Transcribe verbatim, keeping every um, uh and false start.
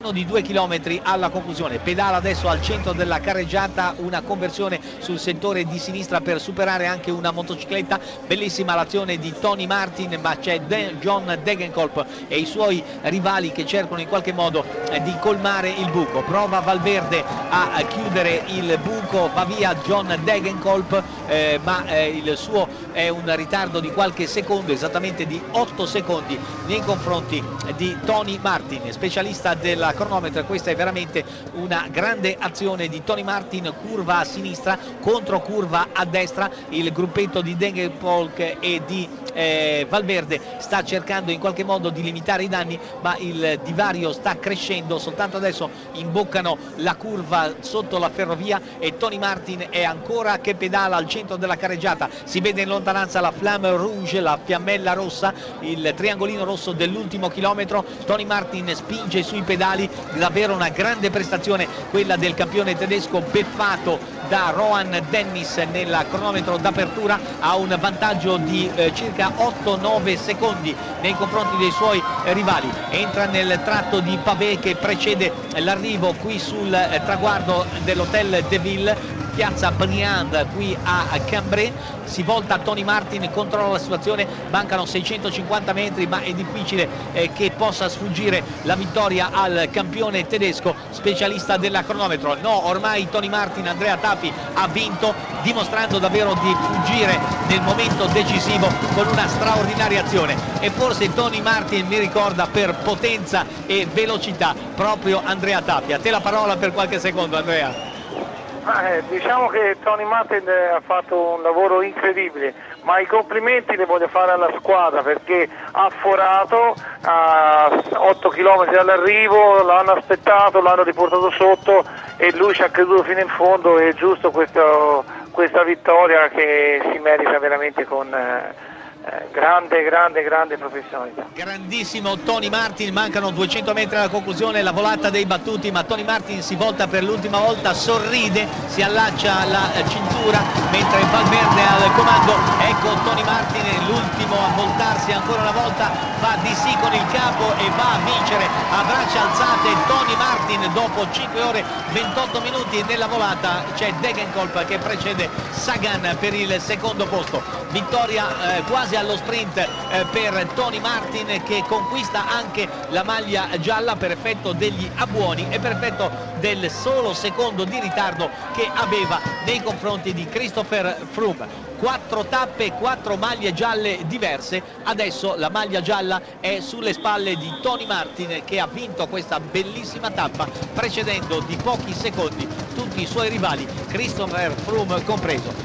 Di due chilometri alla conclusione, pedala adesso al centro della carreggiata, una conversione sul settore di sinistra per superare anche una motocicletta. Bellissima l'azione di Tony Martin, ma c'è John Degenkolb e i suoi rivali che cercano in qualche modo eh, di colmare il buco. Prova Valverde a chiudere il buco, va via John Degenkolb, eh, ma eh, il suo è un ritardo di qualche secondo, esattamente di otto secondi nei confronti di Tony Martin, specialista della cronometro. Questa è veramente una grande azione di Tony Martin, curva a sinistra contro curva a destra. Il gruppetto di Degenkolb e di eh, Valverde sta cercando in qualche modo di limitare i danni, ma il divario sta crescendo. Soltanto adesso imboccano la curva sotto la ferrovia e Tony Martin è ancora che pedala al centro della carreggiata. Si vede in lontananza la Flamme Rouge, la fiammella rossa, il triangolino rosso dell'ultimo chilometro. Tony Martin spinge sui pedali, davvero una grande prestazione quella del campione tedesco, beffato da Rohan Dennis nella cronometro d'apertura. Ha un vantaggio di eh, circa otto nove secondi nei confronti dei suoi eh, rivali. Entra nel tratto di pavé che precede l'arrivo qui sul eh, traguardo dell'Hotel de Ville, piazza Briand qui a Cambrai. Si volta Tony Martin, controlla la situazione, mancano seicentocinquanta metri, ma è difficile eh, che possa sfuggire la vittoria al campione tedesco, specialista della cronometro. No, ormai Tony Martin, Andrea Tafi ha vinto, dimostrando davvero di fuggire nel momento decisivo con una straordinaria azione. E forse Tony Martin mi ricorda per potenza e velocità proprio Andrea Tafi. A te la parola per qualche secondo, Andrea. Eh, diciamo che Tony Martin ha fatto un lavoro incredibile, ma i complimenti li voglio fare alla squadra, perché ha forato a otto chilometri dall'arrivo, l'hanno aspettato, l'hanno riportato sotto e lui ci ha creduto fino in fondo. È giusto questo, questa vittoria che si merita veramente con eh, grande, grande, grande professionalità. Grandissimo Tony Martin, mancano duecento metri alla conclusione, la volata dei battuti, ma Tony Martin si volta per l'ultima volta, sorride, si allaccia alla cintura mentre Valverde al comando. Ecco Tony Martin, l'ultimo a voltarsi ancora una volta, fa di sì con il capo e va a vincere a braccia alzate. Tony Martin dopo cinque ore ventotto minuti nella volata. C'è Degenkolb che precede Sagan per il secondo posto. Vittoria eh, quasi allo sprint eh, per Tony Martin, che conquista anche la maglia gialla per effetto degli abbuoni e per effetto del solo secondo di ritardo che aveva nei confronti di Christopher Froome. Quattro tappe, quattro maglie gialle diverse. Adesso la maglia gialla è sulle spalle di Tony Martin, che ha vinto questa bellissima tappa precedendo di pochi secondi tutti i suoi rivali, Christopher Froome compreso.